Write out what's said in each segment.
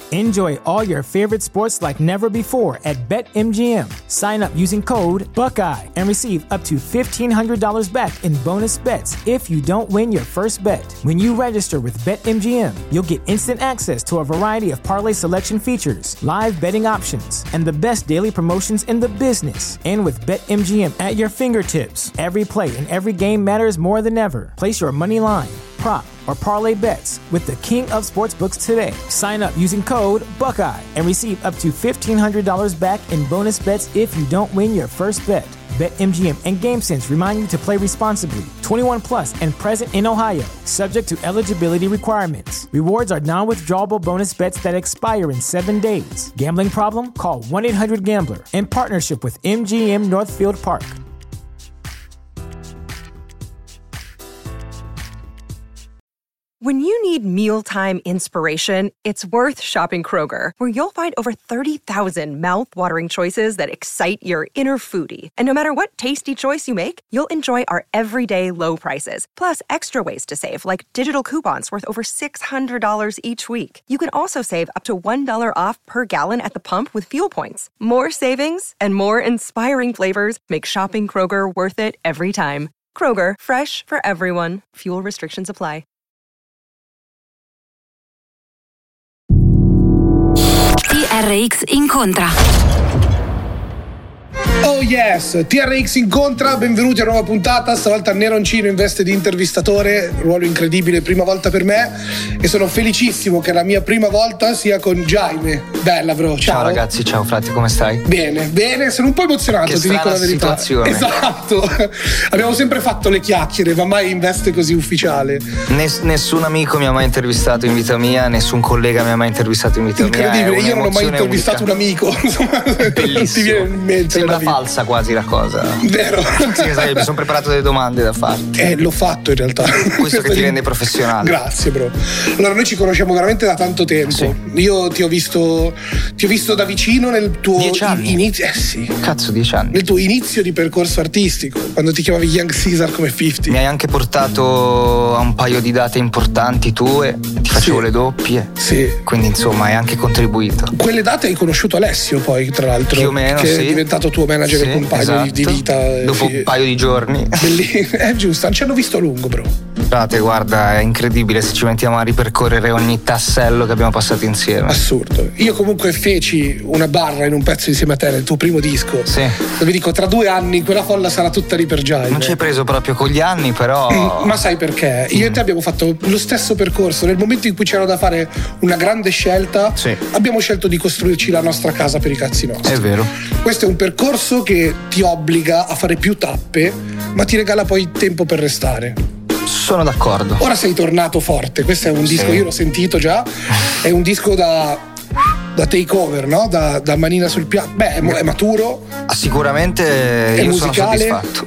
Enjoy all your favorite sports like never before at BetMGM. Sign up using code Buckeye and receive up to $1,500 back in bonus bets if you don't win your first bet. When you register with BetMGM, you'll get instant access to a variety of parlay selection features, live betting options, and the best daily promotions in the business. And with BetMGM at your fingertips, every play and every game matters more than ever. Place your money line, prop, or parlay bets with the king of sportsbooks today. Sign up using code Buckeye and receive up to $1,500 back in bonus bets if you don't win your first bet. BetMGM and GameSense remind you to play responsibly. 21 plus and present in Ohio, subject to eligibility requirements. Rewards are non-withdrawable bonus bets that expire in 7 days. Gambling problem? Call 1-800-GAMBLER. In partnership with MGM Northfield Park. When you need mealtime inspiration, it's worth shopping Kroger, where you'll find over 30,000 mouth-watering choices that excite your inner foodie. And no matter what tasty choice you make, you'll enjoy our everyday low prices, plus extra ways to save, like digital coupons worth over $600 each week. You can also save up to $1 off per gallon at the pump with fuel points. More savings and more inspiring flavors make shopping Kroger worth it every time. Kroger, fresh for everyone. Fuel restrictions apply. TRX incontra. Oh yes, TRX incontra, benvenuti a una nuova puntata, stavolta Neroncino in veste di intervistatore, ruolo incredibile, prima volta per me, e sono felicissimo che la mia prima volta sia con Jaime. Bella bro, ciao ragazzi, ciao frati, come stai? Bene, sono un po' emozionato, che ti dico la verità. Situazione. Esatto, abbiamo sempre fatto le chiacchiere, ma mai in veste così ufficiale. Nessun amico mi ha mai intervistato in vita mia, nessun collega mi ha mai intervistato in vita mia. Incredibile, io non ho mai intervistato un amico. Bellissimo. Ti viene in mente. Sembra falsa quasi la cosa. Vero? Sì, sai, mi sono preparato delle domande da farti. L'ho fatto in realtà. Questo che ti rende professionale. Grazie bro. Allora noi ci conosciamo veramente da tanto tempo. Sì. Io ti ho visto da vicino nel tuo 10 anni. Inizio. Sì. Cazzo, 10 anni. Nel tuo inizio di percorso artistico, quando ti chiamavi Young Caesar come 50. Mi hai anche portato a un paio di date importanti tue, ti facevo le doppie. Sì. Quindi insomma hai anche contribuito. Quelle date hai conosciuto Alessio poi, tra l'altro. Più o meno, che sì. è diventato tuo manager e compagno esatto. di vita. Dopo un paio di giorni. È giusto, ci hanno visto a lungo, bro. Frate, guarda, è incredibile se ci mettiamo a ripercorrere ogni tassello che abbiamo passato insieme. Assurdo. Io comunque feci una barra in un pezzo insieme a te nel tuo primo disco. Sì. Dove dico, tra 2 anni quella folla sarà tutta lì per Jaime. Non ci hai preso proprio con gli anni, però. Ma sai perché? Io e te abbiamo fatto lo stesso percorso. Nel momento in cui c'era da fare una grande scelta, sì, abbiamo scelto di costruirci la nostra casa per i cazzi nostri. È vero. Questo è un percorso che ti obbliga a fare più tappe, ma ti regala poi tempo per restare. Sono d'accordo. Ora sei tornato forte. Questo è un disco, io l'ho sentito già. È un disco da takeover, no? Da manina sul piano. Beh, è maturo. Sicuramente è io musicale, sono soddisfatto.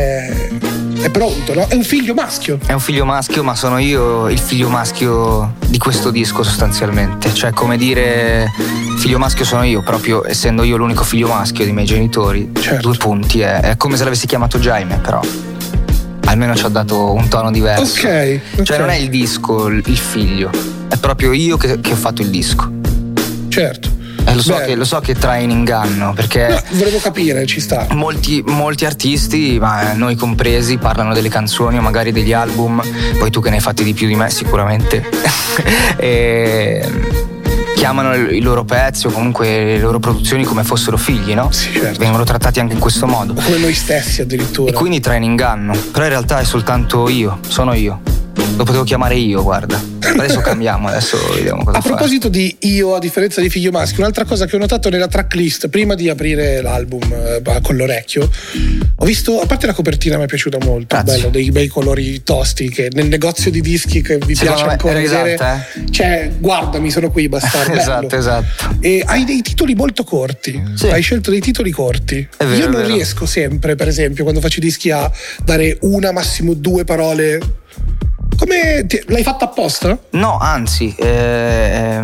È pronto, no? È un figlio maschio. È un figlio maschio, ma sono io il figlio maschio di questo disco sostanzialmente. Cioè, come dire, figlio maschio sono io, proprio essendo io l'unico figlio maschio dei miei genitori. Certo. 2 punti, è come se l'avessi chiamato Jaime, però almeno ci ho dato un tono diverso. Ok. Cioè non è il disco il figlio, è proprio io che ho fatto il disco. Certo. Lo so che trae in inganno, perché no, volevo capire, ci sta. Molti artisti, ma noi compresi, parlano delle canzoni o magari degli album, poi tu che ne hai fatti di più di me sicuramente e chiamano i loro pezzi o comunque le loro produzioni come fossero figli, no? Sì, certo. Vengono trattati anche in questo modo. O come noi stessi addirittura. E quindi trae in inganno, però in realtà è soltanto io, sono io. Lo potevo chiamare io, guarda. Adesso cambiamo, adesso vediamo cosa fare. A proposito di io, a differenza di figlio maschio, un'altra cosa che ho notato nella tracklist prima di aprire l'album con l'orecchio, ho visto, a parte la copertina mi è piaciuta molto. Grazie. Bello, dei bei colori tosti che nel negozio di dischi che vi piace ancora vedere. Cioè, guardami, sono qui, bastardo. Esatto. E hai dei titoli molto corti. Sì. Hai scelto dei titoli corti. È vero, io non è vero. riesco sempre, per esempio, quando faccio dischi a dare una, massimo 2 parole. Come l'hai fatta apposta? No, anzi,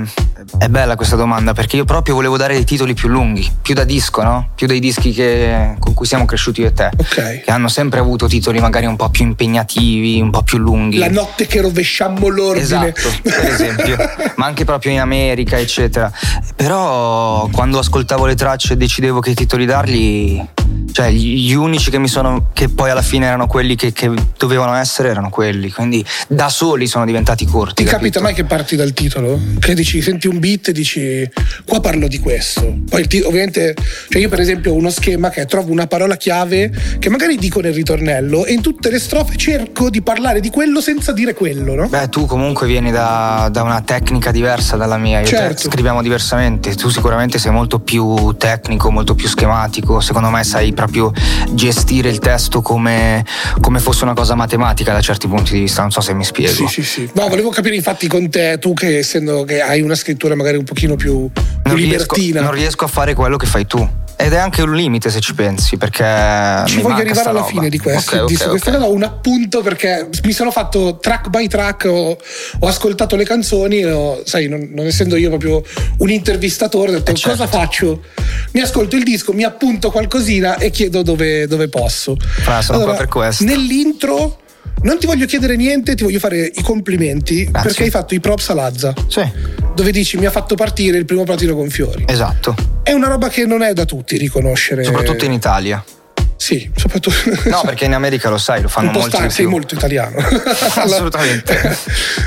È bella questa domanda, perché io proprio volevo dare dei titoli più lunghi, più da disco, no? Più dei dischi con cui siamo cresciuti io e te, okay, che hanno sempre avuto titoli magari un po' più impegnativi, un po' più lunghi. La notte che rovesciammo l'ordine. Esatto, per esempio. Ma anche proprio in America, eccetera. Però quando ascoltavo le tracce e decidevo che titoli dargli, cioè gli unici che poi alla fine erano quelli che dovevano essere, erano quelli. Quindi da soli sono diventati corti. Ti capita mai che parti dal titolo? Che dici, senti un beat e dici, qua parlo di questo. Poi ovviamente, cioè io per esempio ho uno schema che trovo una parola chiave che magari dico nel ritornello e in tutte le strofe cerco di parlare di quello senza dire quello, no? Beh, tu comunque vieni da una tecnica diversa dalla mia. Io certo. Te scriviamo diversamente. Tu sicuramente sei molto più tecnico, molto più schematico. Secondo me sai proprio gestire il testo come fosse una cosa matematica da certi punti di vista. Non so se mi spiego. Sì. No, volevo capire infatti con te, tu che essendo che hai una scrittura magari un pochino più libertina. Non riesco a fare quello che fai tu. Ed è anche un limite se ci pensi, perché ci voglio arrivare alla fine di questo. Okay. Questa cosa ho un appunto, perché mi sono fatto track by track, ho ascoltato le canzoni, sai, non essendo io proprio un intervistatore, ho detto certo. Cosa faccio? Mi ascolto il disco, mi appunto qualcosina e chiedo dove posso. Sono qua per questo. Nell'intro non ti voglio chiedere niente, ti voglio fare i complimenti. Grazie. Perché hai fatto i props a Lazza. Sì. Dove dici mi ha fatto partire il primo platino con fiori. Esatto. È una roba che non è da tutti riconoscere. Soprattutto in Italia. Sì, soprattutto. No, perché in America lo sai, lo fanno molto di più. Sei molto italiano. Assolutamente.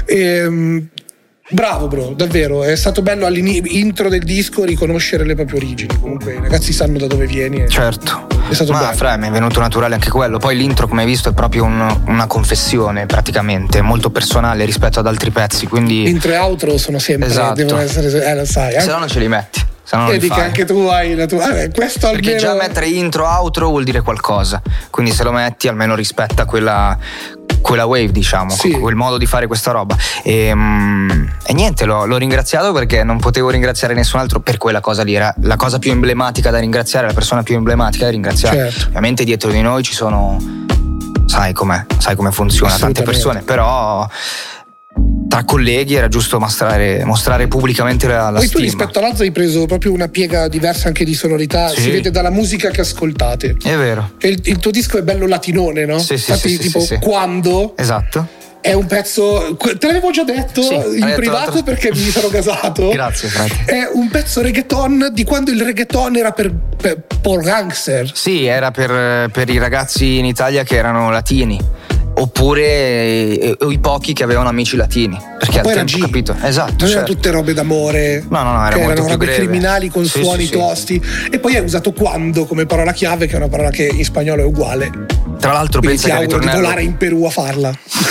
Bravo bro, davvero, è stato bello all'intro del disco riconoscere le proprie origini. Comunque i ragazzi sanno da dove vieni. Certo. È stato bello. Fra, mi è venuto naturale anche quello. Poi l'intro, come hai visto, è proprio una confessione praticamente, molto personale rispetto ad altri pezzi. Quindi intro e outro sono sempre, esatto. Devono essere, lo sai. Se no non ce li metti. Vedi che anche tu hai la tua. Questo perché almeno... già mettere intro outro vuol dire qualcosa. Quindi se lo metti almeno rispetta quella wave, diciamo, sì. Quel modo di fare questa roba. E niente, l'ho ringraziato perché non potevo ringraziare nessun altro per quella cosa lì. Era la cosa più emblematica da ringraziare, la persona più emblematica da ringraziare. Certo. Ovviamente dietro di noi ci sono, sai come funziona, tante persone, però tra colleghi era giusto mostrare pubblicamente la Poi stima. tu rispetto a Lazza hai preso proprio una piega diversa anche di sonorità, sì. Si vede dalla musica che ascoltate. È vero. Il tuo disco è bello latinone, no? Sì, infatti tipo sì. Quando esatto. È un pezzo, te l'avevo già detto in privato perché mi sono gasato. Grazie, frate. È un pezzo reggaeton di quando il reggaeton era per gangster. Sì, era per i ragazzi in Italia che erano latini. Oppure i pochi che avevano amici latini, perché al tempo, capito? Esatto, non erano tutte robe d'amore, no, era che molto erano più robe breve. criminali con suoni tosti. E poi hai usato quando come parola chiave, che è una parola che in spagnolo è uguale. Tra l'altro quindi pensa che il ritornello di volare in Perù a farla.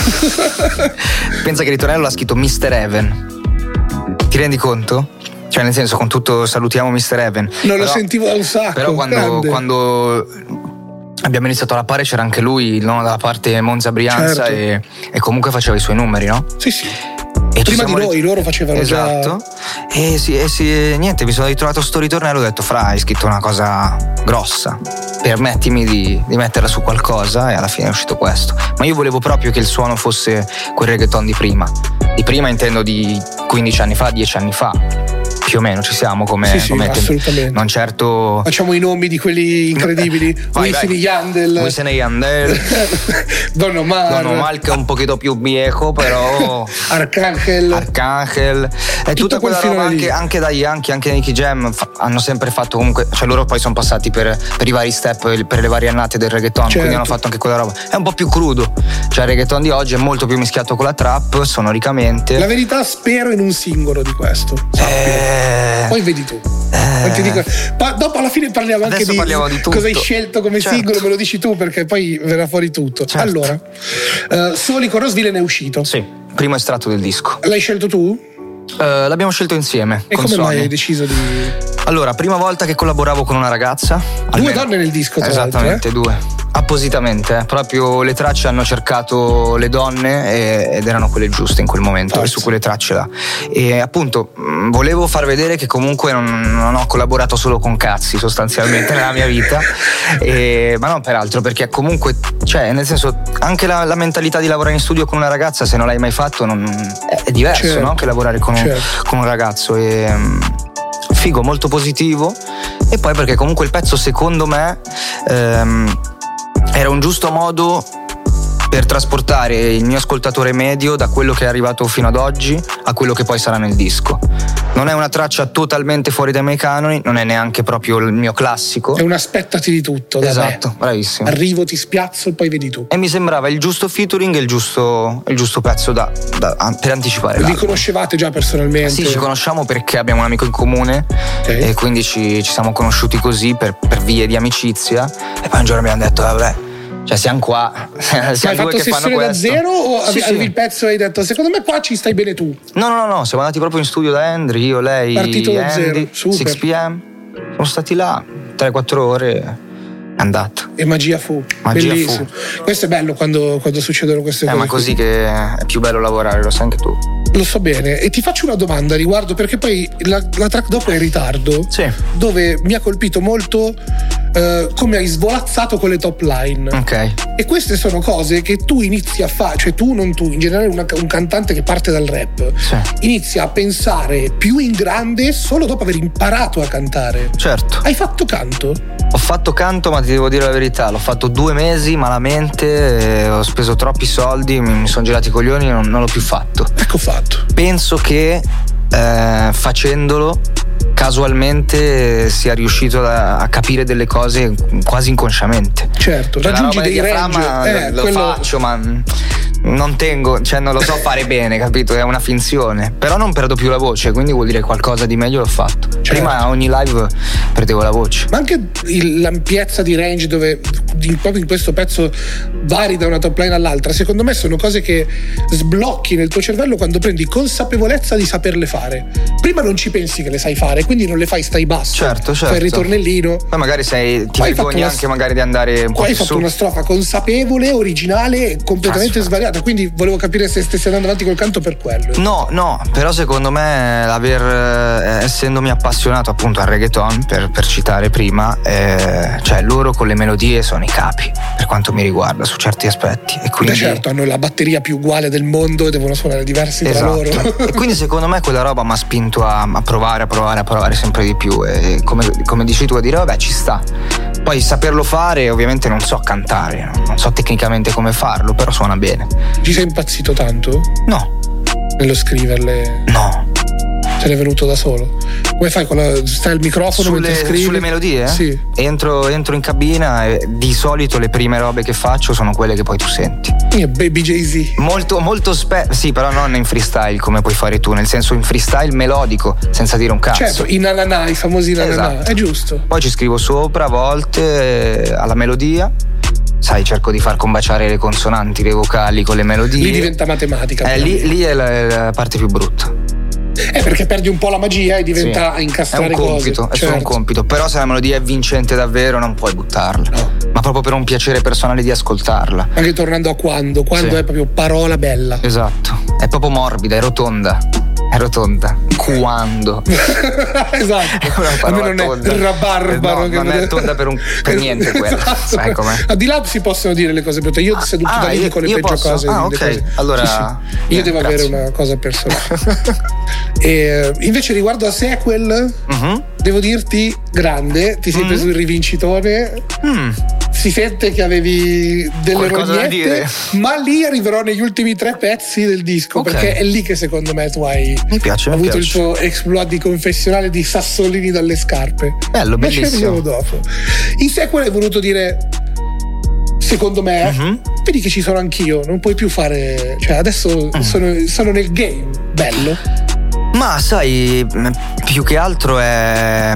Pensa che il ritornello l'ha scritto Mr. Heaven. Ti rendi conto? Cioè, nel senso, con tutto salutiamo Mr. Heaven. Lo sentivo da un sacco. Però quando abbiamo iniziato a rappare c'era anche lui, no? Dalla parte Monza Brianza, certo. e comunque faceva i suoi numeri, no? Sì. E prima di noi, loro facevano esatto. E niente, mi sono ritrovato sto ritornello e ho detto: Fra, hai scritto una cosa grossa, permettimi di metterla su qualcosa, e alla fine è uscito questo. Ma io volevo proprio che il suono fosse quel reggaeton di prima. Di prima intendo di 15 anni fa, 10 anni fa. Più o meno ci siamo come assolutamente. Non certo. Facciamo i nomi di quelli incredibili. Wisin y Yandel. Don Omar che è un pochino più viejo, però Arcangel è tutta quella roba, anche da Yankee, anche Nicky Jam hanno sempre fatto comunque, cioè loro poi sono passati per i vari step, per le varie annate del reggaeton, certo. Quindi hanno fatto anche quella roba. È un po' più crudo, cioè il reggaeton di oggi è molto più mischiato con la trap sonoricamente. La verità, spero in un singolo di questo. Poi vedi tu. Ti dico, dopo alla fine parliamo anche di tutto. Cosa hai scelto come singolo, me lo dici tu, perché poi verrà fuori tutto. Certo. Allora, Soli con Rosville ne è uscito. Sì, primo estratto del disco. L'hai scelto tu? L'abbiamo scelto insieme. E come mai hai deciso di... Allora, prima volta che collaboravo con una ragazza. Due donne nel disco, tra esattamente, l'altro, 2. Appositamente, proprio le tracce hanno cercato le donne ed erano quelle giuste in quel momento, e su quelle tracce là. E appunto volevo far vedere che comunque non ho collaborato solo con cazzi sostanzialmente nella mia vita, ma non per altro, perché comunque, cioè, nel senso, anche la mentalità di lavorare in studio con una ragazza, se non l'hai mai fatto, è diverso, certo, no? Che lavorare con un ragazzo. Figo, molto positivo. E poi perché comunque il pezzo, secondo me, era un giusto modo per trasportare il mio ascoltatore medio da quello che è arrivato fino ad oggi a quello che poi sarà nel disco. Non è una traccia totalmente fuori dai miei canoni, non è neanche proprio il mio classico. È un aspettati di tutto. Esatto, bravissimo. Arrivo, ti spiazzo e poi vedi tu. E mi sembrava il giusto featuring e il giusto pezzo per anticipare l'album. Vi conoscevate già personalmente? Sì, ci conosciamo perché abbiamo un amico in comune, e quindi ci siamo conosciuti così per vie di amicizia, e poi un giorno abbiamo detto vabbè, cioè siamo qua, siamo hai fatto sessione da zero o avevi il pezzo e hai detto secondo me qua ci stai bene tu? No, siamo andati proprio in studio da Andrew, io, lei, partito da zero, super. 6 p.m. Siamo stati là 3-4 ore, è andata. E magia fu. Bellissimo. Questo è bello quando succedono queste cose. Ma così che è più bello lavorare, lo sai anche tu. Lo so bene, e ti faccio una domanda a riguardo, perché poi la track dopo è in ritardo, sì, dove mi ha colpito molto come hai svolazzato con le top line. Ok. E queste sono cose che tu inizi a fare, cioè tu, non tu, in generale un cantante che parte dal rap, sì, inizia a pensare più in grande solo dopo aver imparato a cantare. Certo. Hai fatto canto? Ho fatto canto, ma ti devo dire la verità, l'ho fatto 2 mesi malamente, ho speso troppi soldi, mi sono girati i coglioni e non l'ho più fatto. Ecco fatto. Penso che facendolo casualmente sia riuscito a capire delle cose quasi inconsciamente. Certo, raggiungi dei range. Lo faccio, ma non tengo, cioè non lo so fare bene, capito? È una finzione. Però non perdo più la voce, quindi vuol dire qualcosa di meglio l'ho fatto. Certo. Prima a ogni live perdevo la voce. Ma anche l'ampiezza di range, dove proprio in questo pezzo vari da una top line all'altra, secondo me sono cose che sblocchi nel tuo cervello quando prendi consapevolezza di saperle fare. Prima non ci pensi che le sai fare, quindi non le fai, stai basso. Certo. Fai il ritornellino. Poi magari ti vergogni anche magari di andare un po' più su. Hai fatto una strofa consapevole, originale e completamente svariata, quindi volevo capire se stessi andando avanti col canto per quello. No, però secondo me essendomi appassionato appunto al reggaeton, per citare prima, cioè loro con le melodie sono i capi per quanto mi riguarda su certi aspetti, e quindi certo hanno la batteria più uguale del mondo e devono suonare diversi tra loro. E quindi secondo me quella roba mi ha spinto a provare sempre di più, e come dici tu, a dire vabbè, ci sta. Poi saperlo fare, ovviamente non so cantare, non so tecnicamente come farlo, però suona bene. Ci sei impazzito tanto? No. Nello scriverle? No. Te l'è venuto da solo? Come fai? Stai al microfono mentre scrivi? Sulle melodie? Sì. Entro in cabina e di solito le prime robe che faccio sono quelle che poi tu senti. Baby Jay-Z. Molto sì, però non in freestyle come puoi fare tu, nel senso in freestyle melodico, senza dire un cazzo. Certo, i nananà, i famosi nananà, esatto. È giusto. Poi ci scrivo sopra a volte alla melodia. Sai, cerco di far combaciare le consonanti, le vocali con le melodie. Lì diventa matematica. Lì è la parte più brutta. Perché perdi un po' la magia e diventa incastrare cose. È un compito, è solo un compito. Però se la melodia è vincente davvero non puoi buttarla. No. Ma proprio per un piacere personale di ascoltarla. Anche tornando a quando sì, è proprio parola bella. Esatto, è proprio morbida, è rotonda. Quando esatto, almeno non è rabarbaro, non è tonda per niente quella. Esatto. Sai com'è? A di là si possono dire le cose brutte. Io seduto da lì dico le peggio cose. Ok, cose. allora sì. Io devo avere una cosa personale. E invece riguardo a sequel, devo dirti grande, ti sei preso il rivincitore. Si sente che avevi delle rognette, ma lì arriverò negli ultimi 3 pezzi del disco, perché è lì che secondo me tu hai avuto il tuo exploit di confessionale di sassolini dalle scarpe. Bello, bellissimo. Dopo. In sequel hai voluto dire, secondo me, vedi che ci sono anch'io, non puoi più fare, cioè adesso sono nel game, bello. Ma sai, più che altro è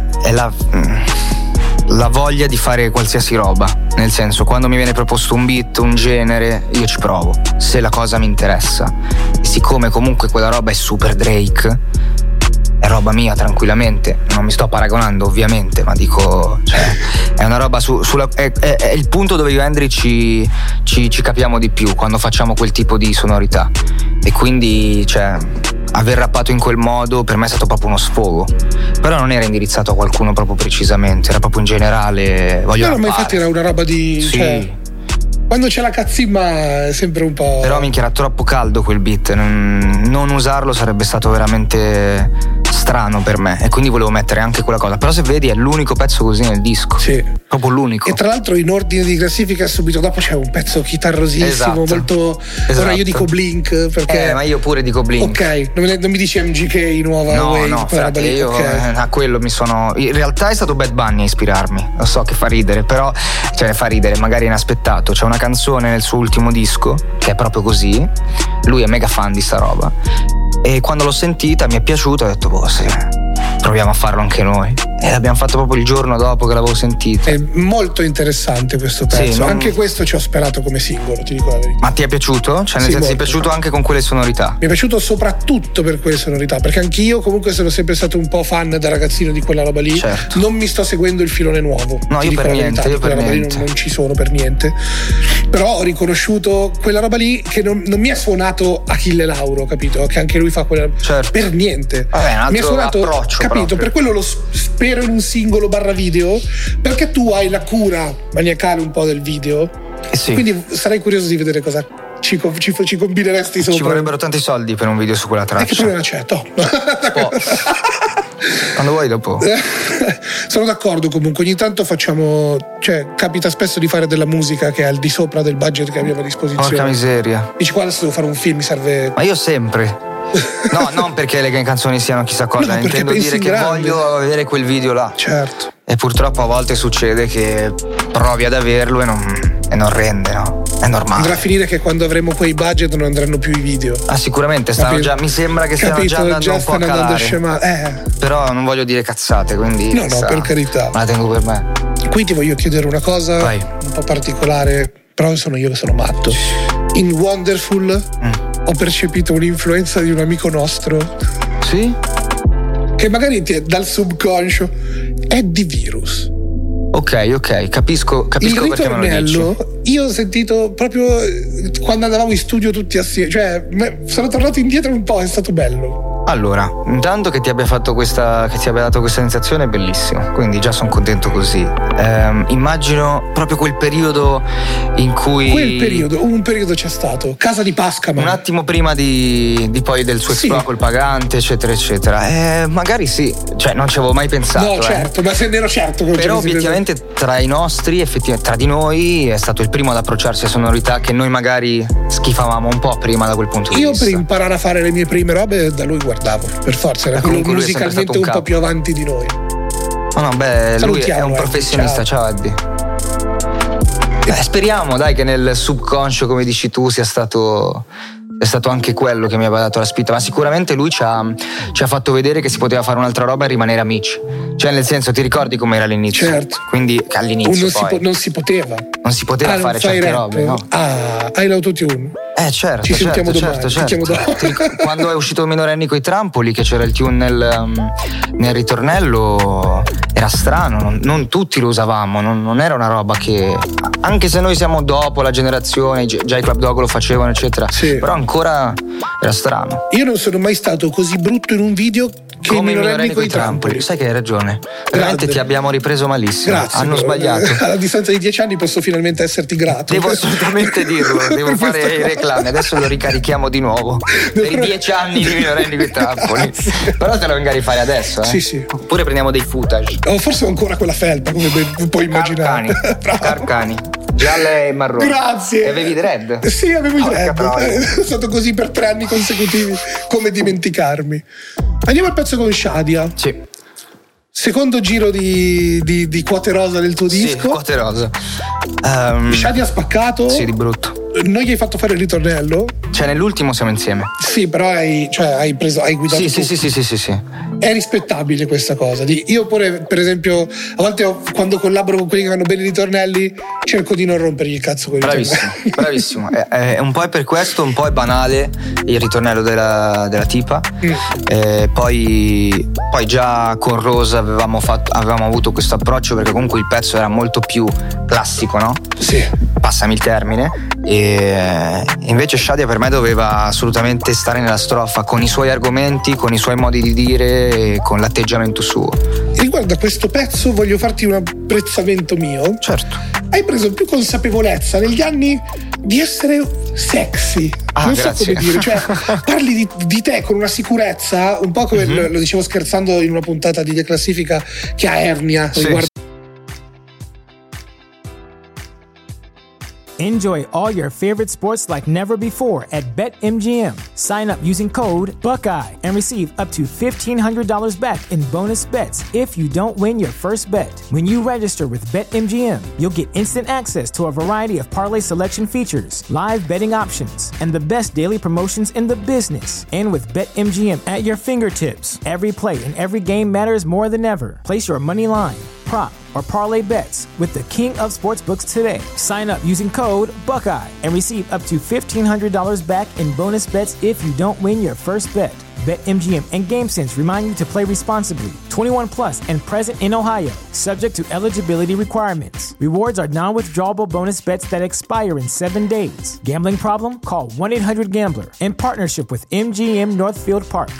la voglia di fare qualsiasi roba, nel senso, quando mi viene proposto un beat, un genere, io ci provo, se la cosa mi interessa. E siccome comunque quella roba è super Drake, è roba mia tranquillamente, non mi sto paragonando ovviamente, ma dico, cioè, è una roba è il punto dove io e Henry ci capiamo di più quando facciamo quel tipo di sonorità, e quindi, cioè, aver rappato in quel modo per me è stato proprio uno sfogo, però non era indirizzato a qualcuno proprio precisamente, era proprio in generale, voglio rappare. Ma infatti era una roba di, sì. Cioè, quando c'è la cazzimma è sempre un po'. Però minchia, era troppo caldo quel beat, non usarlo sarebbe stato veramente strano per me, e quindi volevo mettere anche quella cosa. Però se vedi è l'unico pezzo così nel disco, sì, proprio l'unico. E tra l'altro in ordine di classifica subito dopo c'è un pezzo chitarrosissimo, esatto, molto esatto. Ora io dico Blink perché ma io pure dico Blink. Ok, non mi dici MGK nuova Wave? No, frate, io okay. A quello mi sono, in realtà è stato Bad Bunny a ispirarmi. Lo so che fa ridere, però, cioè, fa ridere, magari inaspettato. C'è una canzone nel suo ultimo disco che è proprio così, lui è mega fan di sta roba, e quando l'ho sentita mi è piaciuta, ho detto boh, sì, proviamo a farlo anche noi, e l'abbiamo fatto proprio il giorno dopo che l'avevo sentito. È molto interessante questo pezzo, sì, anche questo ci ho sperato come singolo, ti dico la verità. Ma ti è piaciuto? Cioè, nel sì, senso, ti è molto. piaciuto anche con quelle sonorità? Mi è piaciuto soprattutto per quelle sonorità, perché anch'io comunque sono sempre stato un po' fan da ragazzino di quella roba lì. Certo. Non mi sto seguendo il filone nuovo. No, io per niente, non ci sono per niente. Però ho riconosciuto quella roba lì che non mi è suonato Achille Lauro, capito? Che anche lui fa quella. Certo. Per niente. Vabbè, un altro mi è suonato, approccio, capito? proprio. Per quello lo spero in un singolo /video, perché tu hai la cura maniacale un po' del video. Sì. Quindi sarei curioso di vedere cosa ci combineresti sopra. Ci vorrebbero tanti soldi per un video su quella traccia. E che problema c'è? Quando vuoi dopo. Sono d'accordo, comunque ogni tanto facciamo, cioè capita spesso di fare della musica che è al di sopra del budget che abbiamo a disposizione. Porca miseria. Dici qua adesso devo fare un film, mi serve. Ma io sempre. No, non perché le canzoni siano chissà cosa, no, intendo dire che voglio vedere quel video là. Certo. E purtroppo a volte succede che provi ad averlo e non rende, no? È normale. Andrà a finire che quando avremo quei budget non andranno più i video. Ah, sicuramente stanno già, mi sembra che stiano già andando un po' a calare. Però non voglio dire cazzate, quindi no, per carità. Ma la tengo per me. Qui ti voglio chiedere una cosa. Vai. Un po' particolare, però sono io che sono matto. In Wonderful ho percepito un'influenza di un amico nostro. Sì? Che magari dal subconscio è di Virus. Ok, capisco il perché me lo dici. ritornello io ho sentito proprio quando andavamo in studio tutti assieme, cioè sono tornato indietro un po', è stato bello. Allora, intanto che ti abbia dato questa sensazione è bellissimo, quindi già sono contento così. Immagino proprio quel periodo in cui un periodo c'è stato, casa di Pascaman. Un attimo prima di poi del suo esploit col pagante, eccetera eccetera. Magari sì, cioè non ci avevo mai pensato. No, certo, ma se ne ero certo. Però obiettivamente tra i nostri, effettivamente tra di noi, è stato il primo ad approcciarsi a sonorità che noi magari schifavamo un po' prima da quel punto di vista. Io per imparare a fare le mie prime robe da lui guardavo, per forza, era quello musicalmente un po' più avanti di noi. No, lui è un professionista, ciao Eddie. Speriamo dai che nel subconscio, come dici tu, sia stato anche quello che mi aveva dato la spinta, ma sicuramente lui ci ha fatto vedere che si poteva fare un'altra roba e rimanere amici, cioè nel senso, ti ricordi com'era all'inizio? Certo. Quindi all'inizio non si poteva fare certe robe, no? Hai l'autotune? Certo, ci sentiamo domani. Quando è uscito Minorenni coi trampoli, che c'era il tune nel ritornello, era strano, non tutti lo usavamo, non era una roba che, anche se noi siamo dopo la generazione, già i Club Dogo lo facevano eccetera, sì, però ancora era strano. Io non sono mai stato così brutto in un video che come Minorenni coi trampoli. Sai che hai ragione, veramente ti abbiamo ripreso malissimo. Grazie, hanno sbagliato. A distanza di 10 anni posso finalmente esserti grato. Devo assolutamente dirlo, devo fare i reclami, adesso lo ricarichiamo di nuevo per i 10 anni di Minorenni coi trampoli. Però te lo venga a rifare adesso, Sì. Oppure prendiamo dei footage. Forse ho ancora quella felpa, come puoi immaginare. Carcani. Gialla e marrone. Grazie. E avevi i dread? Sì, avevo i dread. Sono stato così per 3 anni consecutivi. Come dimenticarmi? Andiamo al pezzo con Shadia. Sì. Secondo giro di Quote Rosa del tuo disco. Sì, Quote Rosa. Shadia ha spaccato. Sì, di brutto. non gli hai fatto fare il ritornello? Cioè nell'ultimo siamo insieme. Sì, però hai guidato tu. Sì. È rispettabile questa cosa. Io pure, per esempio, a volte quando collaboro con quelli che fanno bene i ritornelli, cerco di non rompergli il cazzo con i ritornelli. Bravissimo. Un po' è per questo, un po' è banale il ritornello della tipa. Poi già con Rosa avevamo avuto questo approccio, perché comunque il pezzo era molto più classico, no? Sì. Passami il termine. E invece Shadia per me doveva assolutamente stare nella strofa, con i suoi argomenti, con i suoi modi di dire e con l'atteggiamento suo. Riguardo a questo pezzo voglio farti un apprezzamento mio. Certo. Hai preso più consapevolezza negli anni di essere sexy. Non grazie. so come dire, cioè parli di te con una sicurezza, un po' come lo dicevo scherzando in una puntata di Declassifica, che ha ernia. Sì. Enjoy all your favorite sports like never before at BetMGM. Sign up using code Buckeye and receive up to $1,500 back in bonus bets if you don't win your first bet. When you register with BetMGM, you'll get instant access to a variety of parlay selection features, live betting options, and the best daily promotions in the business. And with BetMGM at your fingertips, every play and every game matters more than ever. Place your money line, prop, or parlay bets with the king of sportsbooks today. Sign up using code Buckeye and receive up to $1,500 back in bonus bets if you don't win your first bet. BetMGM and GameSense remind you to play responsibly. 21 plus and present in Ohio, subject to eligibility requirements. Rewards are non-withdrawable bonus bets that expire in 7 days. Gambling problem? Call 1-800-GAMBLER. In partnership with MGM Northfield Park.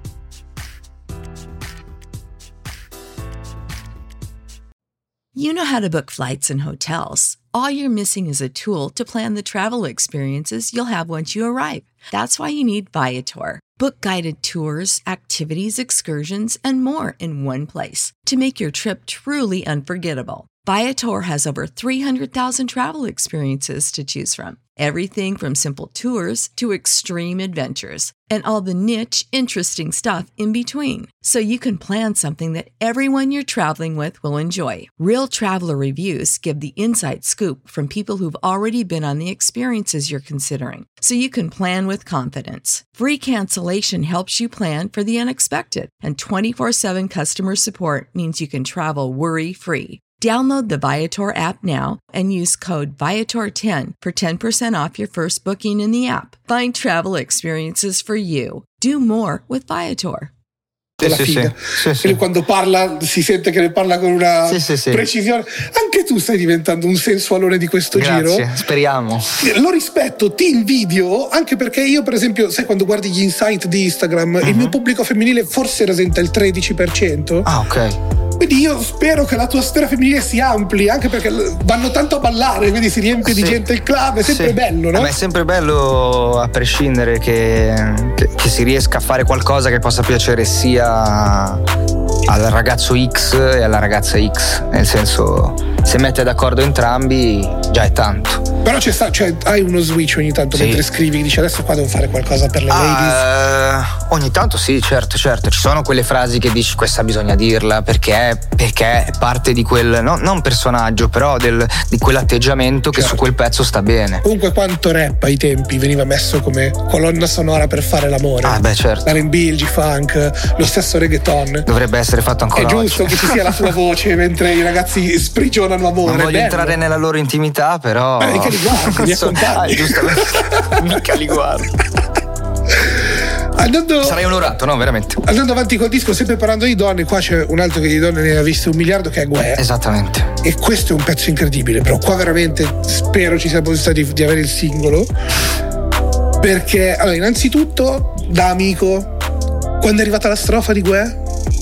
You know how to book flights and hotels. All you're missing is a tool to plan the travel experiences you'll have once you arrive. That's why you need Viator. Book guided tours, activities, excursions, and more in one place to make your trip truly unforgettable. Viator has over 300,000 travel experiences to choose from. Everything from simple tours to extreme adventures and all the niche, interesting stuff in between. So you can plan something that everyone you're traveling with will enjoy. Real traveler reviews give the inside scoop from people who've already been on the experiences you're considering. So you can plan with confidence. Free cancellation helps you plan for the unexpected. And 24/7 customer support means you can travel worry-free. Download the Viator app now and use code Viator10 for 10% off your first booking in the app. Find travel experiences for you. Do more with Viator. Sì. Quando parla si sente che ne parla con una precisione. Anche tu stai diventando un sensualone di questo giro. Speriamo. Lo rispetto, ti invidio, anche perché io per esempio, sai, quando guardi gli insight di Instagram, il mio pubblico femminile forse rasenta il 13%. Ah, ok. Quindi io spero che la tua sfera femminile si ampli, anche perché vanno tanto a ballare, quindi si riempie di gente il club, è sempre bello, no? Ma è sempre bello, a prescindere che si riesca a fare qualcosa che possa piacere sia al ragazzo X e alla ragazza X, nel senso, se mette d'accordo entrambi già è tanto. Però cioè, hai uno switch ogni tanto mentre scrivi, dici adesso qua devo fare qualcosa per le ladies. Ogni tanto sì, certo. Ci sono quelle frasi che dici questa bisogna dirla perché è parte di quel, non personaggio, però di quell'atteggiamento che su quel pezzo sta bene. Comunque quanto rap ai tempi veniva messo come colonna sonora per fare l'amore. Certo. L'R&B, il G-Funk, lo stesso reggaeton. Dovrebbe essere fatto ancora oggi. È giusto che ci sia la tua voce mentre i ragazzi sprigionano amore. Non voglio entrare nella loro intimità, però mica li guardi, li accompagni. Giustamente. Mica li guardo. Sarei onorato, no, veramente. Andando avanti col disco, sempre parlando di donne, qua c'è un altro che di donne ne ha viste 1 miliardo, che è Guè. Esattamente. E questo è un pezzo incredibile, però qua veramente spero ci sia la possibilità di avere il singolo, perché allora, innanzitutto, da amico, quando è arrivata la strofa di Guè,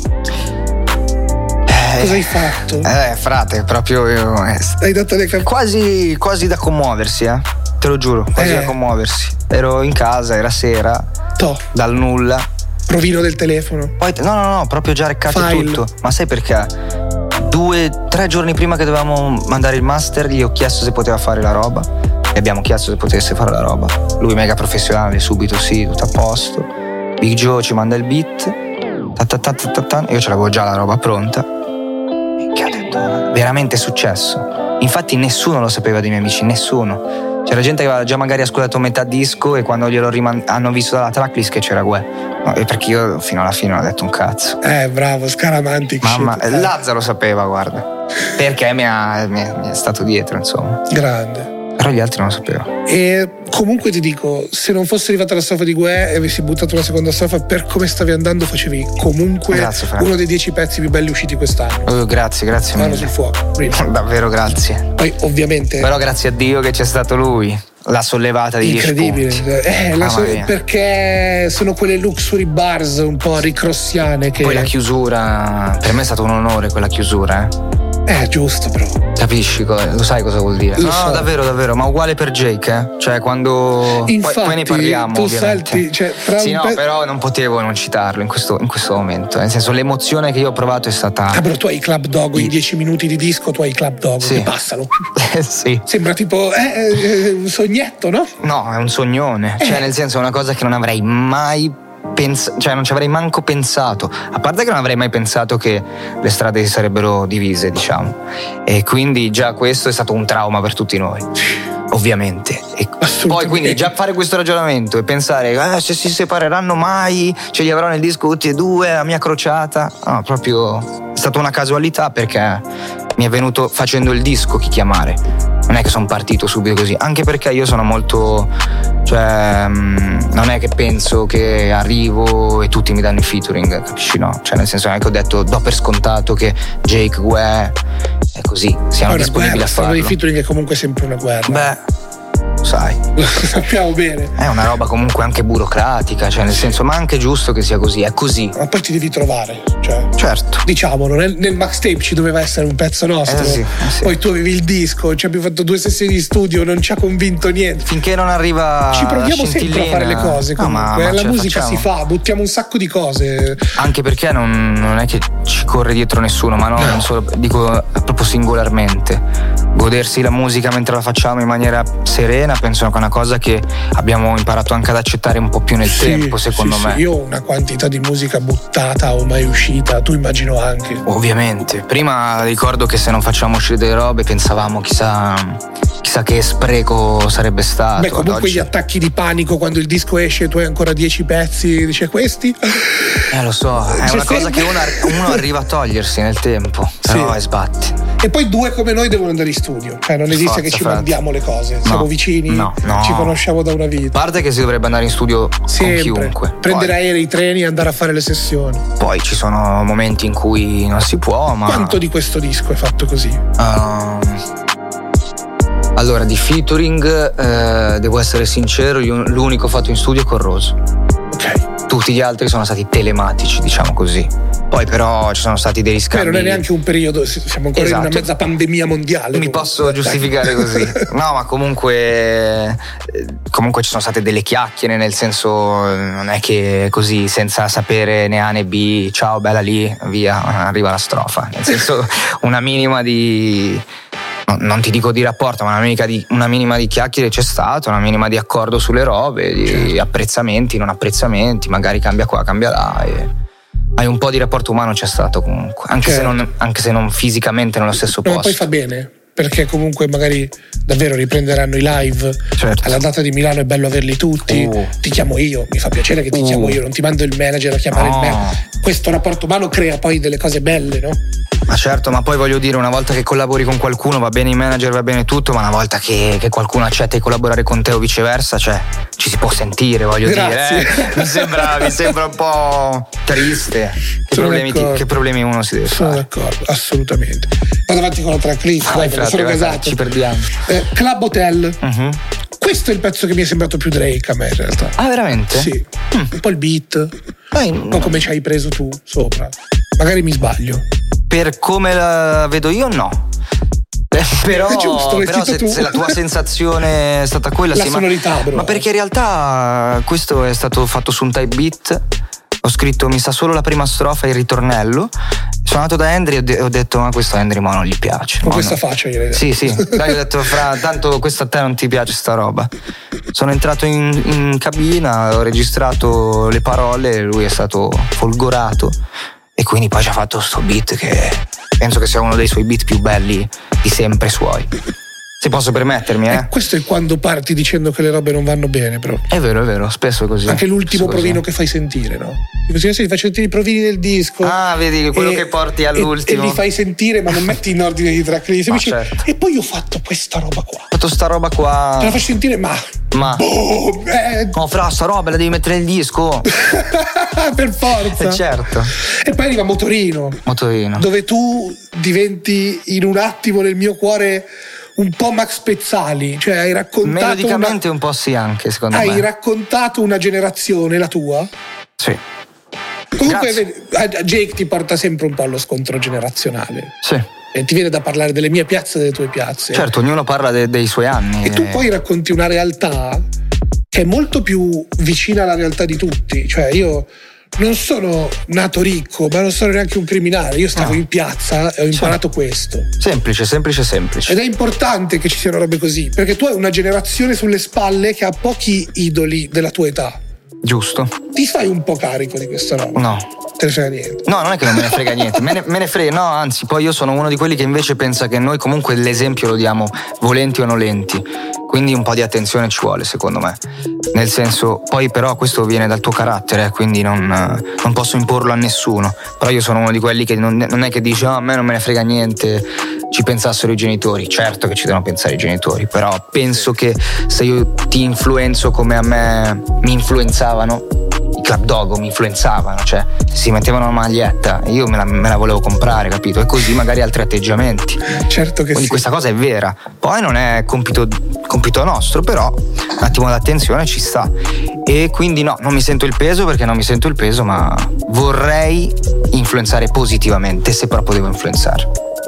cosa hai fatto? Frate, proprio hai dato le quasi da commuoversi, te lo giuro, quasi da commuoversi. Ero in casa, era sera, dal nulla, provino del telefono, poi no, proprio già reccato tutto. Ma sai perché? 2-3 giorni prima che dovevamo mandare il master gli ho chiesto se poteva fare la roba e abbiamo chiesto se potesse fare la roba. Lui mega professionale, subito sì, tutto a posto. Big Joe ci manda il beat, io ce l'avevo già la roba pronta. Che ha detto, veramente è successo. Infatti nessuno lo sapeva dei miei amici, nessuno. C'era gente che aveva già magari ascoltato metà disco e quando glielo hanno visto dalla tracklist che c'era Gue. No, perché io fino alla fine non ho detto un cazzo. Bravo, Scaramantic. Mamma, Lazzaro sapeva, guarda. Perché mi è stato dietro, insomma. Grande. Però gli altri non lo sapevano. E comunque ti dico, se non fosse arrivata la strofa di Gue e avessi buttato la seconda strofa, per come stavi andando facevi comunque uno dei 10 pezzi più belli usciti quest'anno. Grazie mano sul fuoco. Davvero grazie. Poi ovviamente però grazie a Dio che c'è stato lui, la sollevata di 10 punti. Incredibile, perché sono quelle luxury bars un po' ricrossiane che... Poi la chiusura, per me è stato un onore quella chiusura, giusto, però capisci, lo sai cosa vuol dire? Lo so. Davvero, ma uguale per Jake, cioè quando infatti, poi ne parliamo, tu ovviamente. salti, cioè, però non potevo non citarlo in questo momento, nel senso l'emozione che io ho provato è stata però tu hai Club Dogo in 10 minuti di disco, tu hai Club Dogo, sì. Che passano. Sì. Sembra tipo un sognetto, no? No, è un sognone, cioè nel senso è una cosa che non avrei mai cioè non ci avrei manco pensato, a parte che non avrei mai pensato che le strade si sarebbero divise, diciamo, e quindi già questo è stato un trauma per tutti noi, ovviamente. E poi quindi già fare questo ragionamento e pensare se si separeranno mai, ce li avrò nel disco tutti e due, la mia crociata, no, proprio è stata una casualità, perché mi è venuto facendo il disco chi chiamare, non è che sono partito subito così, anche perché io sono molto, cioè non è che penso che arrivo e tutti mi danno i featuring, capisci, no? Cioè nel senso non è che ho detto, do per scontato che Jake, Gue è così, siamo disponibili a farlo. I featuring è comunque sempre una guerra. Sai, lo sappiamo bene. È una roba comunque anche burocratica, cioè nel senso, ma anche giusto che sia così, è così. Ma poi ti devi trovare, cioè. Certo. Diciamolo, nel Max Tape ci doveva essere un pezzo nostro. Sì. Poi tu avevi il disco, ci abbiamo fatto 2 sessioni di studio, non ci ha convinto niente. Finché non arriva. Ci proviamo sempre a fare le cose. Comunque, ma la musica si fa, buttiamo un sacco di cose. Anche perché non è che ci corre dietro nessuno, ma non solo, dico proprio singolarmente. Godersi la musica mentre la facciamo in maniera serena, penso che è una cosa che abbiamo imparato anche ad accettare un po' più nel tempo, secondo me. Io ho una quantità di musica buttata o mai uscita, tu immagino anche. Ovviamente. Prima ricordo che se non facciamo uscire delle robe pensavamo chissà che spreco sarebbe stato. Beh, comunque gli attacchi di panico quando il disco esce e tu hai ancora 10 pezzi, dice questi. Lo so, è una cosa che uno arriva a togliersi nel tempo, però sbatti. E poi 2 come noi devono andare in studio, cioè non esiste che ci mandiamo le cose, siamo vicini, ci conosciamo da una vita. A parte che si dovrebbe andare in studio sempre, con chiunque. Prendere aerei, treni e andare a fare le sessioni. Poi ci sono momenti in cui non si può, ma... Quanto di questo disco è fatto così? Allora, di featuring, devo essere sincero, l'unico fatto in studio è con Rose. Ok. Tutti gli altri sono stati telematici, diciamo così. Poi però ci sono stati degli scambi. Non è neanche un periodo, siamo ancora in una mezza pandemia mondiale. Mi posso giustificare così. No, ma comunque ci sono state delle chiacchiere, nel senso non è che così senza sapere né A né B, ciao bella lì, via, arriva la strofa. Nel senso una minima di... non ti dico di rapporto, ma una minima di chiacchiere c'è stata, una minima di accordo sulle robe, di apprezzamenti, non apprezzamenti, magari cambia qua, cambia là, e hai un po' di rapporto umano c'è stato comunque, anche se non fisicamente nello stesso posto. Ma poi fa bene, perché comunque magari davvero riprenderanno i live. Certo. Alla data di Milano è bello averli tutti. Ti chiamo io, mi fa piacere che ti chiamo io, non ti mando il manager a chiamare il me. Questo rapporto umano crea poi delle cose belle, no? Ma certo, ma poi voglio dire, una volta che collabori con qualcuno va bene il manager, va bene tutto, ma una volta che qualcuno accetta di collaborare con te o viceversa, cioè ci si può sentire, voglio dire. Mi sembra un po' triste. Che problemi uno si deve fare. Sono d'accordo, assolutamente. Vado avanti con la tracklist, sono casato. Ci perdiamo. Club Hotel. Questo è il pezzo che mi è sembrato più Drake a me in realtà. Ah, veramente? Sì. Un po' il beat, un po' come ci hai preso tu sopra. Magari mi sbaglio. Per come la vedo io, no. Però, è giusto, però se la tua sensazione è stata quella, la sonorità, bro. Ma perché in realtà questo è stato fatto su un type beat. Ho scritto mi sa solo la prima strofa e il ritornello. Sono andato da Henry e ho detto ma questo a Henry ma non gli piace. Con questa faccia gli hai detto. Sì. Dai, ho detto tanto questo a te non ti piace sta roba. Sono entrato in cabina, ho registrato le parole, lui è stato folgorato e quindi poi ci ha fatto sto beat che penso che sia uno dei suoi beat più belli di sempre suoi. Se posso permettermi, Questo è quando parti dicendo che le robe non vanno bene, però. È vero, spesso è così. Anche l'ultimo provino che fai sentire, no? Ti fai sentire i provini del disco. Ah, vedi, quello che porti all'ultimo. E li fai sentire, ma non metti in ordine di tracklist. Certo. E poi ho fatto questa roba qua. Te la faccio sentire, ma. Boh, no, fra, sta roba la devi mettere nel disco. Per forza. Certo. E poi arriva Motorino. Dove tu diventi in un attimo nel mio cuore un po' Max Pezzali, cioè hai raccontato melodicamente un po' sì, anche secondo me. Hai raccontato una generazione, la tua? Sì. Comunque Jake ti porta sempre un po' allo scontro generazionale. Sì. E ti viene da parlare delle mie piazze e delle tue piazze. Certo, ognuno parla dei suoi anni. E tu poi racconti una realtà che è molto più vicina alla realtà di tutti. Cioè io non sono nato ricco, ma non sono neanche un criminale. Io stavo in piazza e ho imparato questo. Semplice. Ed è importante che ci siano robe così, perché tu hai una generazione sulle spalle che ha pochi idoli della tua età. Giusto. Ti fai un po' carico di questa roba? No. Te ne frega niente? No, non è che non me ne frega niente, me ne frega, no, anzi, poi io sono uno di quelli che invece pensa che noi comunque l'esempio lo diamo volenti o nolenti, quindi un po' di attenzione ci vuole, secondo me. Nel senso, poi però questo viene dal tuo carattere, quindi non posso imporlo a nessuno, però io sono uno di quelli che non è che dice a me non me ne frega niente, ci pensassero i genitori. Certo che ci devono pensare i genitori, però penso che se io ti influenzo come a me mi influenzavano, i Club Dogo mi influenzavano, cioè si mettevano una maglietta e io me la volevo comprare, capito? E così magari altri atteggiamenti. Certo che quindi questa cosa è vera. Poi non è compito nostro, però un attimo d'attenzione ci sta. E quindi no, non mi sento il peso, perché non mi sento il peso, ma vorrei influenzare positivamente, se proprio devo influenzare.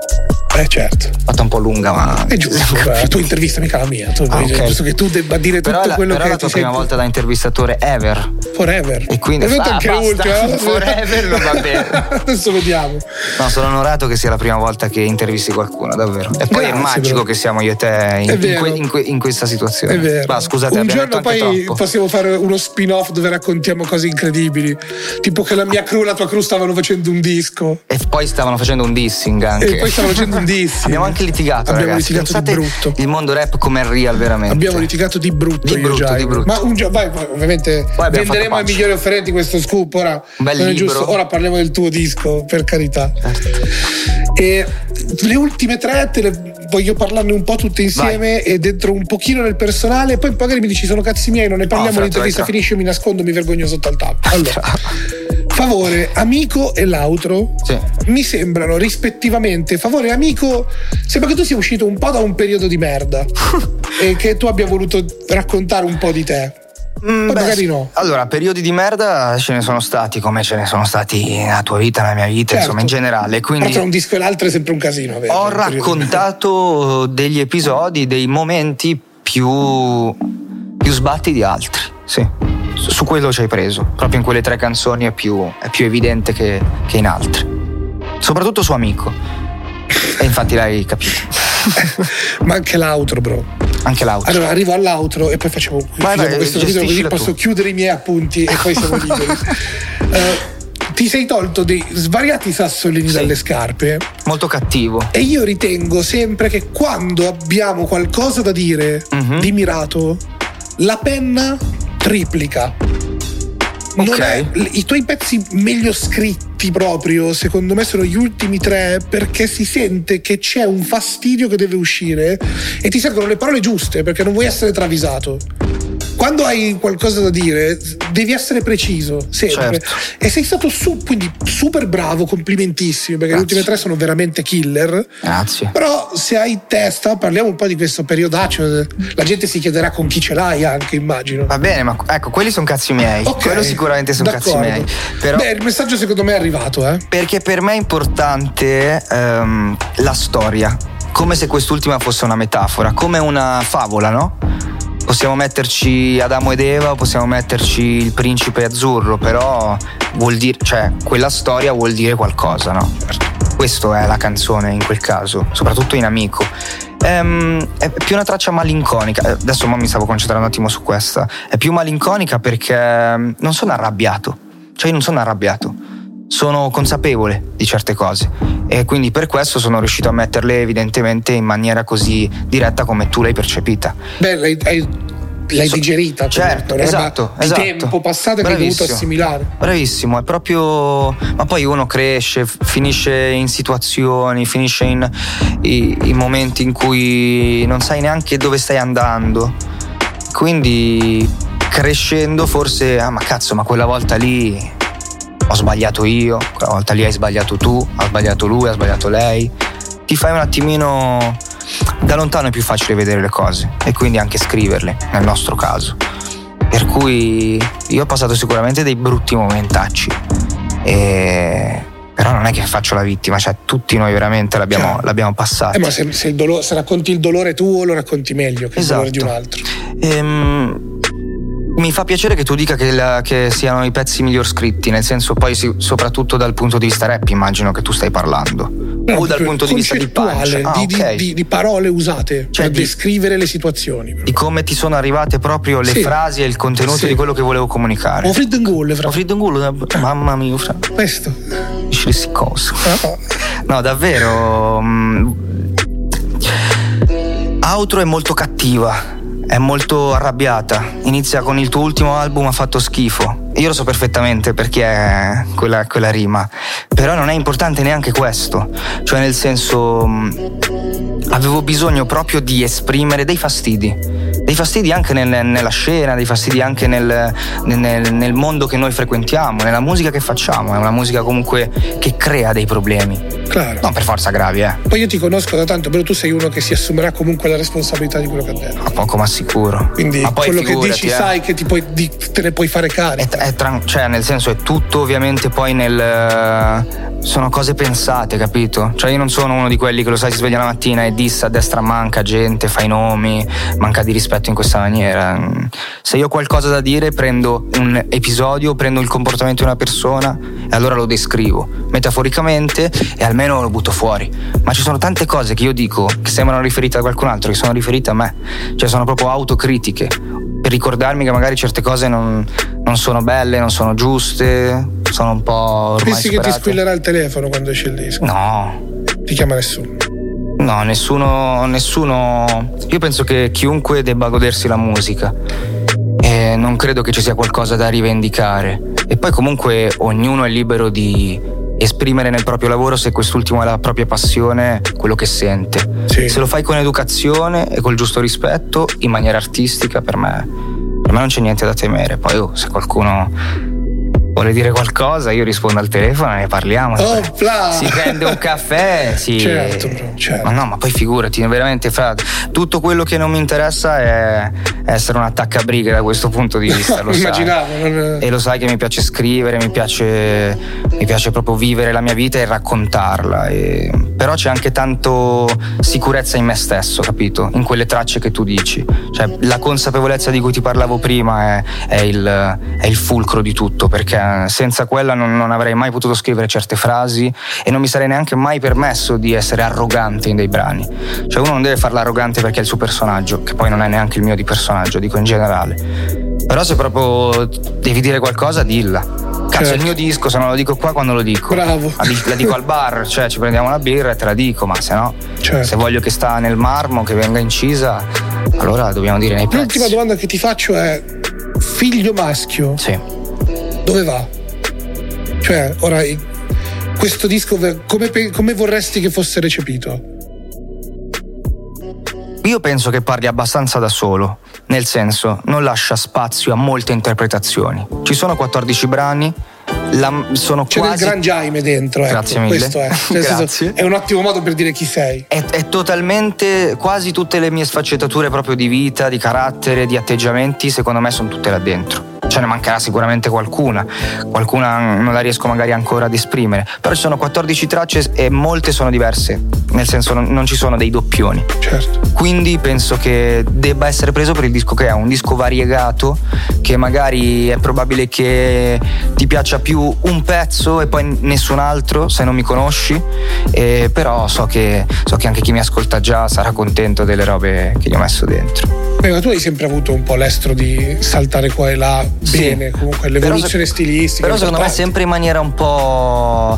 Certo. Fatta un po' lunga, ma è giusto. La tua intervista mica la mia. È giusto che tu debba dire tutto quello che è la tua prima volta da intervistatore ever. Forever. E quindi anche l'ultima. Forever non va bene. Adesso vediamo. No, sono onorato che sia la prima volta che intervisti qualcuno, davvero. E poi è magico che siamo io e te in questa situazione. È vero. Scusate, un giorno poi troppo. Possiamo fare uno spin-off dove raccontiamo cose incredibili, tipo che la mia crew e la tua crew stavano facendo un disco e poi stavano facendo un dissing anche. E poi stavano facendo un dissing. Abbiamo anche litigato, ragazzi. Litigato di brutto. Il mondo rap come è real, veramente. Abbiamo litigato di brutto. Di brutto. Ma un giorno, ovviamente venderemo ai migliori offerenti questo scoop. Ora non è giusto. Ora parliamo del tuo disco, per carità. E le ultime 3 te le voglio parlarne un po' tutte insieme. Vai. E dentro un pochino nel personale. Poi magari mi dici sono cazzi miei, non ne parliamo, l'intervista finisce, io mi nascondo, mi vergogno sotto al tavolo. Allora, Favore, Amico e L'Outro mi sembrano rispettivamente, Favore e Amico sembra che tu sia uscito un po' da un periodo di merda e che tu abbia voluto raccontare un po' di te. Magari no. Allora, periodi di merda ce ne sono stati, come ce ne sono stati nella tua vita, nella mia vita, insomma, in generale. Quindi tra un disco e l'altro è sempre un casino. Ho raccontato degli episodi, dei momenti più sbatti di altri, sì. Su quello ci hai preso, proprio in quelle 3 canzoni è più evidente che in altre, soprattutto su Amico, e infatti l'hai capito. Ma anche l'outro, bro. Anche l'outro. Allora arrivo all'outro e poi facciamo questo video, così posso chiudere i miei appunti e poi siamo liberi. Ti sei tolto dei svariati sassolini dalle scarpe. Molto cattivo. E io ritengo sempre che quando abbiamo qualcosa da dire di mirato, la penna triplica. I tuoi pezzi meglio scritti proprio, secondo me, sono gli ultimi 3, perché si sente che c'è un fastidio che deve uscire e ti servono le parole giuste, perché non vuoi essere travisato. Quando hai qualcosa da dire devi essere preciso sempre. Certo. E sei stato quindi super bravo, complimentissimi, perché le ultime 3 sono veramente killer. Grazie. Però se hai testa, parliamo un po' di questo periodaccio, la gente si chiederà con chi ce l'hai anche, immagino. Va bene, ma ecco, quelli sono cazzi miei. Quello sicuramente sono cazzi miei. Però il messaggio secondo me è arrivato, perché per me è importante la storia, come se quest'ultima fosse una metafora, come una favola, no? Possiamo metterci Adamo ed Eva, possiamo metterci il principe azzurro, però vuol dire, cioè, quella storia vuol dire qualcosa, no? Questo è la canzone in quel caso, soprattutto in Amico. È più una traccia malinconica. Adesso mi stavo concentrando un attimo su questa. È più malinconica perché non sono arrabbiato. Cioè, io non sono arrabbiato. sono consapevole di certe cose e quindi per questo sono riuscito a metterle evidentemente in maniera così diretta come tu l'hai percepita. Beh, l'hai digerita. Certo, esatto. Tempo passato che hai dovuto assimilare. Bravissimo, è proprio. Ma poi uno cresce, finisce in situazioni, finisce in momenti in cui non sai neanche dove stai andando. Quindi crescendo forse, ma cazzo, ma quella volta lì ho sbagliato io, quella volta lì hai sbagliato tu, ha sbagliato lui, ha sbagliato lei. Ti fai un attimino. Da lontano è più facile vedere le cose e quindi anche scriverle, nel nostro caso. Per cui io ho passato sicuramente dei brutti momentacci, però non è che faccio la vittima, cioè tutti noi veramente l'abbiamo passato. Ma se racconti il dolore tuo lo racconti meglio che il dolore di un altro. Mi fa piacere che tu dica che siano i pezzi miglior scritti, nel senso poi soprattutto dal punto di vista rap immagino che tu stai parlando. O dal punto di vista di punch, di parole usate, cioè per descrivere le situazioni, di come ti sono arrivate proprio le frasi e il contenuto di quello che volevo comunicare. Ho freddo in gullo, mamma mia, questo dici cose. No, davvero. Outro è molto cattiva, è molto arrabbiata. Inizia con il tuo ultimo album ha fatto schifo. Io lo so perfettamente perché è quella rima, però non è importante neanche questo, cioè nel senso avevo bisogno proprio di esprimere dei fastidi anche nella scena, dei fastidi anche nel mondo che noi frequentiamo, nella musica che facciamo. È una musica comunque che crea dei problemi. Claro. Non per forza gravi, Poi io ti conosco da tanto, però tu sei uno che si assumerà comunque la responsabilità di quello che ha detto. A poco ma sicuro. Quindi ma poi quello che dici sai che te ne puoi fare carico. Cioè nel senso è tutto ovviamente poi sono cose pensate, capito? Cioè io non sono uno di quelli che lo sai si sveglia la mattina e dissa a destra manca gente, fa i nomi, manca di rispetto in questa maniera. Se io ho qualcosa da dire prendo un episodio, prendo il comportamento di una persona e allora lo descrivo metaforicamente e almeno lo butto fuori. Ma ci sono tante cose che io dico che sembrano riferite a qualcun altro, che sono riferite a me, cioè sono proprio autocritiche per ricordarmi che magari certe cose non sono belle, non sono giuste, sono un po' ormai Pensi superate. che ti squillerà il telefono quando esce il disco? No. Ti chiama nessuno? No, nessuno. Io penso che chiunque debba godersi la musica e non credo che ci sia qualcosa da rivendicare. E poi comunque ognuno è libero di esprimere nel proprio lavoro, se quest'ultimo è la propria passione, quello che sente. Sì. Se lo fai con educazione e col giusto rispetto, in maniera artistica, per me non c'è niente da temere. Poi se qualcuno vuole dire qualcosa, io rispondo al telefono e ne parliamo. Si prende un caffè, sì. Certo. Ma no, ma poi figurati, veramente tutto quello che non mi interessa è essere un attaccabrighe da questo punto di vista, lo immaginavo. E lo sai che mi piace scrivere, mi piace proprio vivere la mia vita e raccontarla. Però c'è anche tanto sicurezza in me stesso, capito? In quelle tracce che tu dici. Cioè la consapevolezza di cui ti parlavo prima è il fulcro di tutto, perché senza quella non avrei mai potuto scrivere certe frasi e non mi sarei neanche mai permesso di essere arrogante in dei brani. Cioè uno non deve farla arrogante perché è il suo personaggio, che poi non è neanche il mio di personaggio, dico in generale. Però se proprio devi dire qualcosa, dilla. Cazzo, è il mio disco, se non lo dico qua, quando lo dico? Bravo. La dico al bar, cioè ci prendiamo una birra e te la dico, ma se no, se voglio che sta nel marmo, che venga incisa, allora dobbiamo dire nei pezzi. L'ultima domanda che ti faccio è: figlio maschio? Sì. Dove va? Cioè, ora questo disco come vorresti che fosse recepito? Io penso che parli abbastanza da solo, nel senso non lascia spazio a molte interpretazioni. Ci sono 14 brani, sono c'è quasi... del Gran Jaime dentro, Grazie mille. Questo è. Grazie. È un ottimo modo per dire chi sei. È totalmente, quasi tutte le mie sfaccettature proprio di vita, di carattere, di atteggiamenti, secondo me sono tutte là dentro. Ce ne mancherà sicuramente qualcuna non la riesco magari ancora ad esprimere, però ci sono 14 tracce e molte sono diverse, nel senso non ci sono dei doppioni. Certo. Quindi penso che debba essere preso per il disco che è, un disco variegato, che magari è probabile che ti piaccia più un pezzo e poi nessun altro se non mi conosci, però so che anche chi mi ascolta già sarà contento delle robe che gli ho messo dentro. Ma tu hai sempre avuto un po' l'estro di saltare qua e là bene, comunque l'evoluzione stilistica. Però secondo me sempre in maniera un po'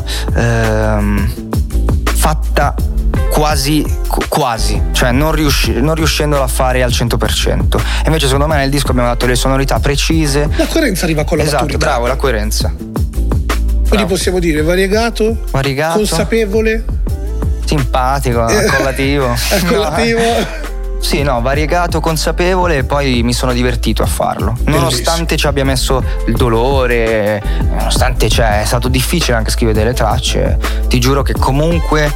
fatta quasi, cioè non riuscendolo a fare al 100%. E invece secondo me nel disco abbiamo dato le sonorità precise. La coerenza arriva con la maturità. Esatto, bravo, la coerenza. Quindi possiamo dire variegato, consapevole, simpatico, accollativo. Accollativo. Sì, no, variegato, consapevole, e poi mi sono divertito a farlo. Nonostante ci abbia messo il dolore, nonostante è stato difficile anche scrivere delle tracce, ti giuro che comunque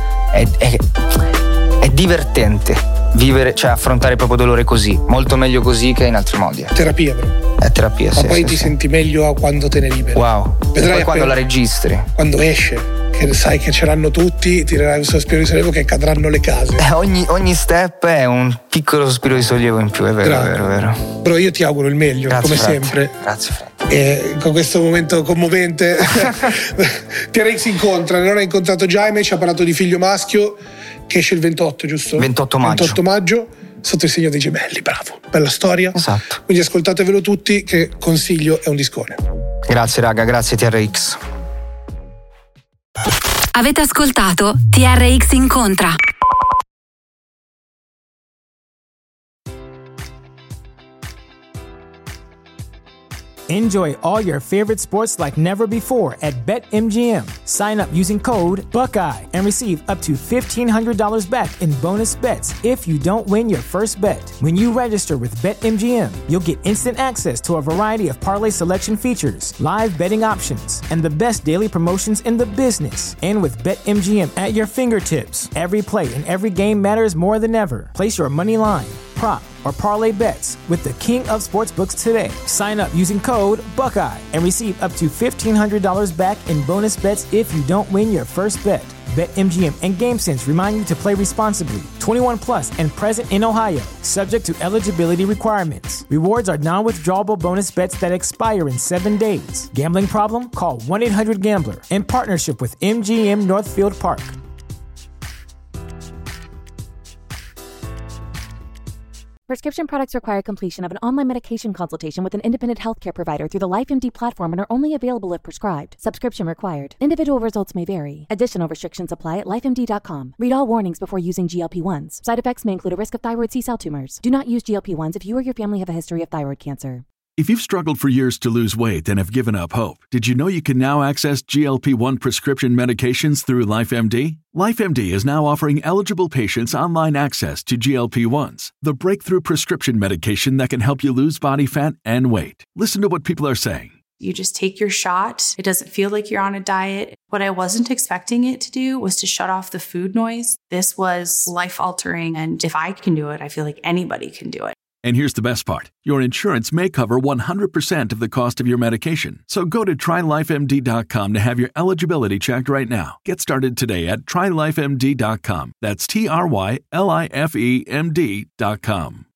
è divertente vivere, cioè affrontare il proprio dolore così, molto meglio così che in altri modi. Terapia però. È terapia, ma sì. Poi sì, ti sì. senti meglio quando te ne liberi. Wow. Vedrai poi quando la registri. Quando esce. Che sai che ce l'hanno tutti, tirerai un sospiro di sollievo che cadranno le case. Ogni step è un piccolo sospiro di sollievo in più, è vero, è vero. Però io ti auguro il meglio, grazie, come frate. sempre. Grazie, frate. E con questo momento commovente TRX incontra, non ha incontrato Jaime, ci ha parlato di Figlio Maschio, che esce il 28, giusto? 28 maggio. 28 maggio, sotto il segno dei gemelli, bravo, bella storia. Esatto. Quindi ascoltatevelo tutti, che consiglio, è un discone. Grazie raga, grazie TRX. Avete ascoltato TRX Incontra. Enjoy all your favorite sports like never before at BetMGM. Sign up using code Buckeye and receive up to $1,500 back in bonus bets if you don't win your first bet. When you register with BetMGM, you'll get instant access to a variety of parlay selection features, live betting options, and the best daily promotions in the business. And with BetMGM at your fingertips, every play and every game matters more than ever. Place your money line, prop, or parlay bets with the king of sportsbooks today. Sign up using code Buckeye and receive up to $1,500 back in bonus bets if you don't win your first bet. BetMGM and GameSense remind you to play responsibly. 21 plus and present in Ohio, subject to eligibility requirements. Rewards are non-withdrawable bonus bets that expire in 7 days. Gambling problem? Call 1-800-GAMBLER. In partnership with MGM Northfield Park. Prescription products require completion of an online medication consultation with an independent healthcare provider through the LifeMD platform and are only available if prescribed. Subscription required. Individual results may vary. Additional restrictions apply at lifemd.com. Read all warnings before using GLP-1s. Side effects may include a risk of thyroid C-cell tumors. Do not use GLP-1s if you or your family have a history of thyroid cancer. If you've struggled for years to lose weight and have given up hope, did you know you can now access GLP-1 prescription medications through LifeMD? LifeMD is now offering eligible patients online access to GLP-1s, the breakthrough prescription medication that can help you lose body fat and weight. Listen to what people are saying. You just take your shot. It doesn't feel like you're on a diet. What I wasn't expecting it to do was to shut off the food noise. This was life-altering, and if I can do it, I feel like anybody can do it. And here's the best part. Your insurance may cover 100% of the cost of your medication. So go to TryLifeMD.com to have your eligibility checked right now. Get started today at TryLifeMD.com. That's TryLifeMD.com.